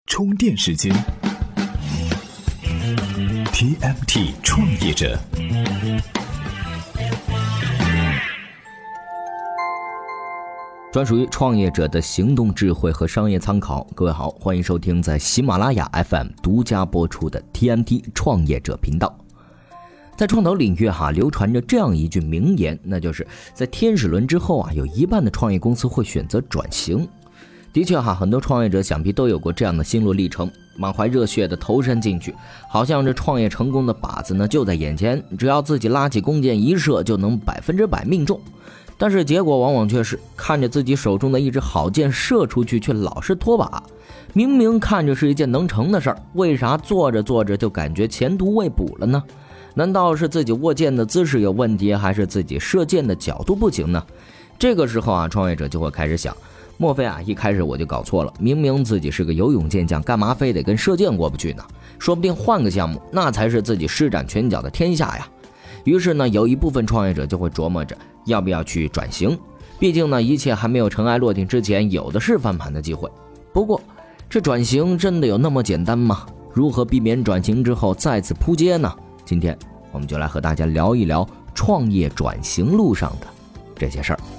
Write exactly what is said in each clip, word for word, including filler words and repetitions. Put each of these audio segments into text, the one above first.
充电时间 T M T 创业者， 专属于创业者的行动智慧和商业参考。各位好，欢迎收听在喜马拉雅 F M 独家播出的 T M T 创业者频道。在创投领域哈，流传着这样一句名言，那就是在天使轮之后啊，有一半的创业公司会选择转型。的确哈，很多创业者想必都有过这样的心路历程，满怀热血的投身进去，好像这创业成功的靶子呢就在眼前，只要自己拉起弓箭一射就能百分之百命中。但是结果往往却是看着自己手中的一支好箭射出去，却老是脱靶。明明看着是一件能成的事儿，为啥做着做着就感觉前途未卜了呢？难道是自己握剑的姿势有问题，还是自己射箭的角度不行呢？这个时候啊，创业者就会开始想，莫非啊一开始我就搞错了？明明自己是个游泳健将，干嘛非得跟射箭过不去呢？说不定换个项目，那才是自己施展拳脚的天下呀。于是呢，有一部分创业者就会琢磨着要不要去转型，毕竟呢，一切还没有尘埃落定之前，有的是翻盘的机会。不过，这转型真的有那么简单吗？如何避免转型之后再次扑街呢？今天我们就来和大家聊一聊创业转型路上的这些事儿。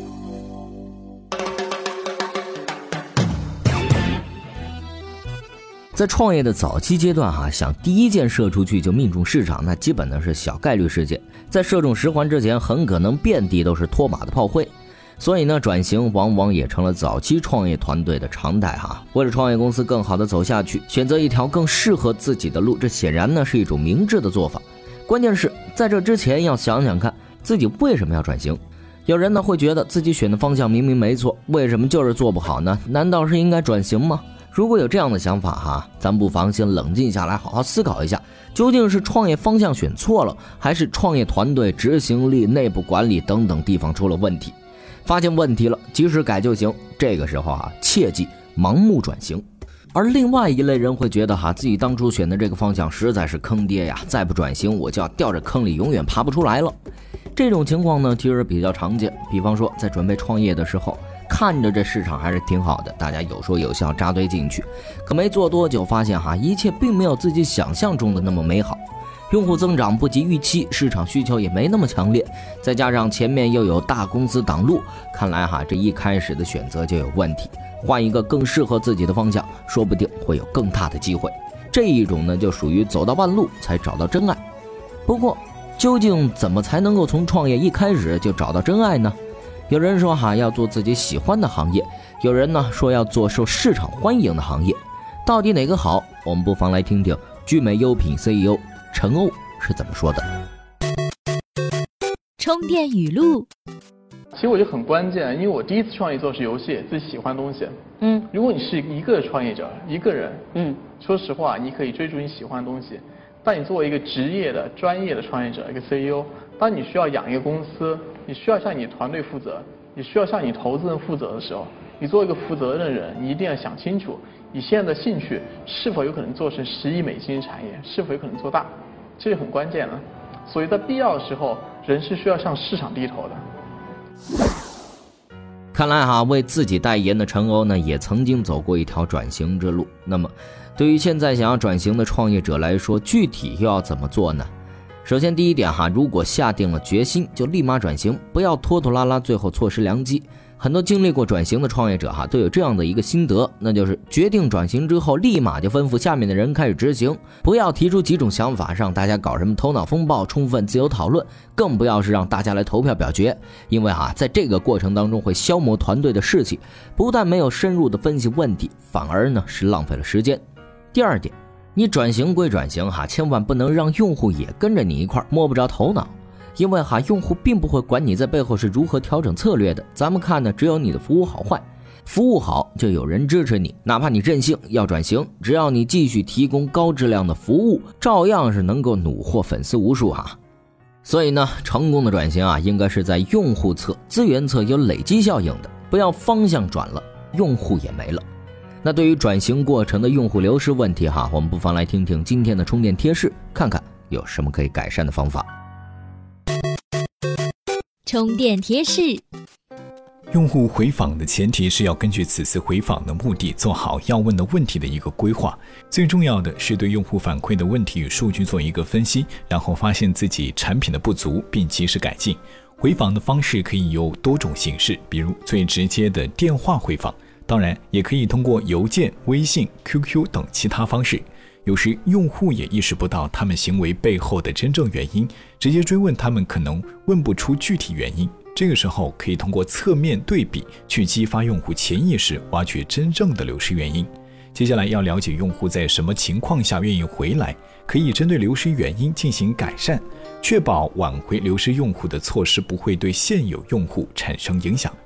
在创业的早期阶段哈、啊，想第一箭射出去就命中市场，那基本呢是小概率事件。在射中十环之前，很可能遍地都是脱靶的炮灰。所以呢，转型往往也成了早期创业团队的常态哈。为了创业公司更好的走下去，选择一条更适合自己的路，这显然呢是一种明智的做法。关键是在这之前要想想看自己为什么要转型。有人呢会觉得自己选的方向明明没错，为什么就是做不好呢？难道是应该转型吗？如果有这样的想法哈，咱不妨先冷静下来，好好思考一下，究竟是创业方向选错了，还是创业团队执行力、内部管理等等地方出了问题？发现问题了，及时改就行。这个时候啊，切记盲目转型。而另外一类人会觉得哈，自己当初选的这个方向实在是坑爹呀，再不转型我就要掉这坑里，永远爬不出来了。这种情况呢，其实比较常见。比方说，在准备创业的时候，看着这市场还是挺好的，大家有说有笑扎堆进去，可没做多久，发现哈，一切并没有自己想象中的那么美好。用户增长不及预期，市场需求也没那么强烈，再加上前面又有大公司挡路，看来哈，这一开始的选择就有问题。换一个更适合自己的方向，说不定会有更大的机会。这一种呢，就属于走到半路才找到真爱。不过，究竟怎么才能够从创业一开始就找到真爱呢？有人说哈，要做自己喜欢的行业，有人呢说要做受市场欢迎的行业。到底哪个好？我们不妨来听听聚美优品 C E O陈欧是怎么说的。 充电语录。 其实我觉得很关键，因为我第一次创业做的是游戏，自己喜欢的东西。 嗯， 如果你是一个创业者，一个人， 嗯， 说实话，你可以追逐你喜欢的东西。但你作为一个职业的、专业的创业者，一个 C E O， 当你需要养一个公司，你需要向你团队负责，你需要向你投资人负责的时候，你作为一个负责任的人，你一定要想清楚，你现在的兴趣是否有可能做成十亿美金的产业，是否有可能做大，这是很关键的。所以在必要的时候，人是需要向市场低头的。 看来哈，为自己代言的陈欧呢，也曾经走过一条转型之路。那么，对于现在想要转型的创业者来说，具体又要怎么做呢？首先第一点哈，如果下定了决心，就立马转型，不要拖拖拉拉，最后错失良机。很多经历过转型的创业者哈，都有这样的一个心得，那就是决定转型之后，立马就吩咐下面的人开始执行，不要提出几种想法，让大家搞什么头脑风暴，充分自由讨论，更不要是让大家来投票表决，因为哈，在这个过程当中会消磨团队的士气，不但没有深入的分析问题，反而呢是浪费了时间。第二点，你转型归转型哈，千万不能让用户也跟着你一块摸不着头脑。因为哈，用户并不会管你在背后是如何调整策略的，咱们看的只有你的服务好坏。服务好就有人支持你，哪怕你任性要转型，只要你继续提供高质量的服务，照样是能够虏获粉丝无数哈。所以呢，成功的转型啊，应该是在用户侧、资源侧有累积效应的，不要方向转了，用户也没了。那对于转型过程的用户流失问题哈，我们不妨来听听今天的充电贴士，看看有什么可以改善的方法。 充电贴士。 用户回访的前提是要根据此次回访的目的做好要问的问题的一个规划，最重要的是对用户反馈的问题与数据做一个分析，然后发现自己产品的不足并及时改进。回访的方式可以有多种形式，比如最直接的电话回访，当然也可以通过邮件、微信、Q Q 等其他方式。有时用户也意识不到他们行为背后的真正原因，直接追问他们可能问不出具体原因。这个时候可以通过侧面对比去激发用户潜意识，挖掘真正的流失原因。接下来要了解用户在什么情况下愿意回来，可以针对流失原因进行改善，确保挽回流失用户的措施不会对现有用户产生影响。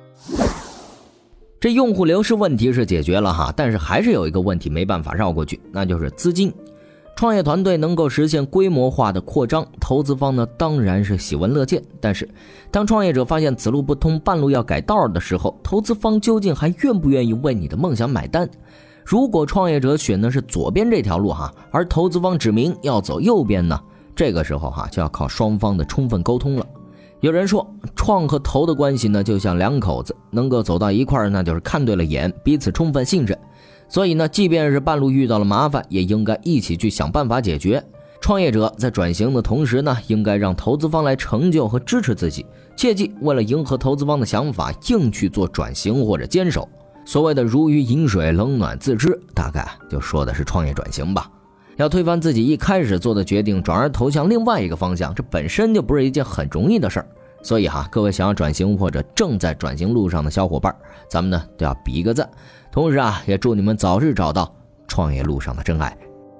这用户流失问题是解决了哈，但是还是有一个问题没办法绕过去，那就是资金。创业团队能够实现规模化的扩张，投资方呢当然是喜闻乐见。但是当创业者发现此路不通，半路要改道的时候，投资方究竟还愿不愿意为你的梦想买单？如果创业者选的是左边这条路哈，而投资方指明要走右边呢，这个时候哈就要靠双方的充分沟通了。有人说，创和投的关系呢就像两口子，能够走到一块儿，那就是看对了眼，彼此充分信任。所以呢，即便是半路遇到了麻烦，也应该一起去想办法解决。创业者在转型的同时呢，应该让投资方来成就和支持自己，切记为了迎合投资方的想法，硬去做转型或者坚守。所谓的如鱼饮水，冷暖自知，大概就说的是创业转型吧。要推翻自己一开始做的决定，转而投向另外一个方向，这本身就不是一件很容易的事儿。所以哈，各位想要转型或者正在转型路上的小伙伴，咱们呢都要比一个赞。同时啊，也祝你们早日找到创业路上的真爱。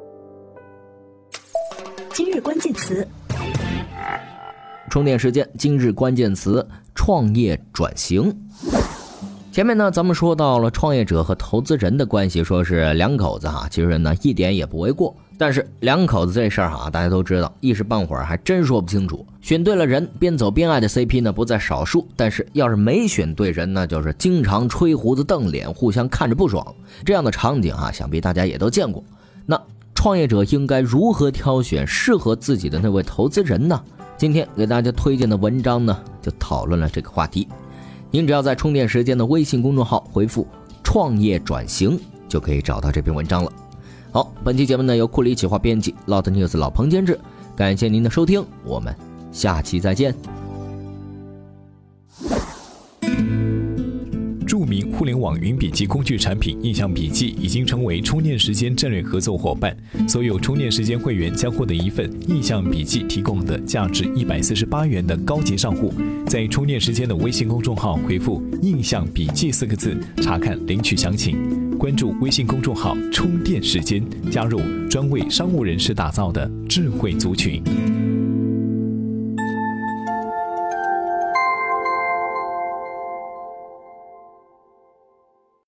今日关键词， 充电时间，今日关键词：创业转型。前面呢，咱们说到了创业者和投资人的关系，说是两口子哈，其实呢一点也不为过。但是两口子这事儿哈，大家都知道，一时半会儿还真说不清楚。选对了人，边走边爱的 C P 呢不在少数，但是要是没选对人呢，就是经常吹胡子瞪脸，互相看着不爽。这样的场景哈，想必大家也都见过。那创业者应该如何挑选适合自己的那位投资人呢？今天给大家推荐的文章呢，就讨论了这个话题。您只要在充电时间的微信公众号回复创业转型，就可以找到这篇文章了。好，本期节目呢由库里企划编辑 Loud News 老彭监制，感谢您的收听，我们下期再见。 著名互联网云笔记工具产品印象笔记已经成为充电时间战略合作伙伴，所有充电时间会员将获得一份印象笔记提供的价值一百四十八元的高级账户。在充电时间的微信公众号回复印象笔记四个字查看领取详情，关注微信公众号充电时间，加入专为商务人士打造的智慧族群。